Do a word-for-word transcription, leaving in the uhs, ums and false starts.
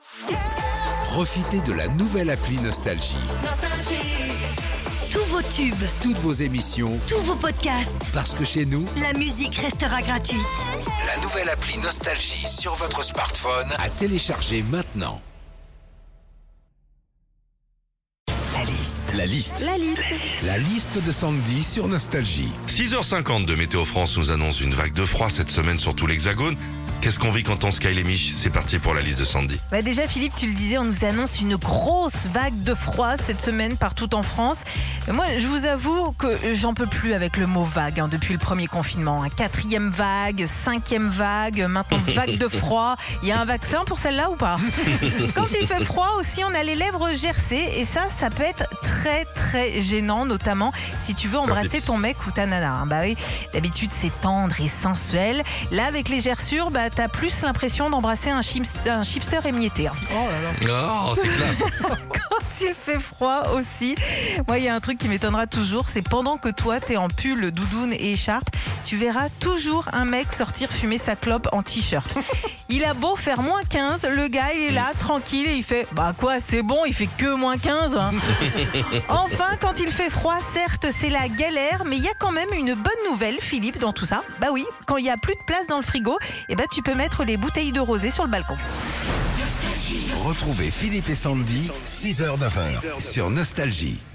Profitez de la nouvelle appli Nostalgie. Tous vos tubes, Toutes vos émissions, tous vos podcasts, parce que chez nous, la musique restera gratuite. la nouvelle appli Nostalgie sur votre smartphone à télécharger maintenant. La liste. La liste. La liste. La liste de Sandy sur Nostalgie. six heures cinquante de Météo France nous annonce une vague de froid cette semaine sur tout l'Hexagone. Qu'est-ce qu'on vit quand on sky les miches? C'est parti pour la liste de Sandy. Bah déjà Philippe, tu le disais, on nous annonce une grosse vague de froid cette semaine partout en France. Mais moi, je vous avoue que j'en peux plus avec le mot vague hein, depuis le premier confinement. Hein. Quatrième vague, cinquième vague, maintenant vague de froid. Il y a un vaccin pour celle-là ou pas? Quand il fait froid aussi, on a les lèvres gercées et ça, ça peut être très très gênant, notamment si tu veux embrasser ton mec ou ta nana. Hein. Bah oui, d'habitude c'est tendre et sensuel. Là, avec les gerçures, bah t'as plus l'impression d'embrasser un, chips, un chipster émietté. Hein. Oh là là. Oh, c'est classe. Quand il fait froid aussi, moi il y a un truc qui m'étonnera toujours, c'est pendant que toi t'es en pull, doudoune et écharpe, tu verras toujours un mec sortir fumer sa clope en t-shirt. Il a beau faire moins quinze, le gars il est là tranquille et il fait bah quoi c'est bon, il fait que moins quinze. Hein. Enfin quand il fait froid, certes c'est la galère, mais il y a quand même une bonne nouvelle Philippe dans tout ça. Bah oui, quand il y a plus de place dans le frigo, et bah tu peux mettre les bouteilles de rosé sur le balcon. Retrouvez Philippe et Sandy, six heures neuf heures sur Nostalgie.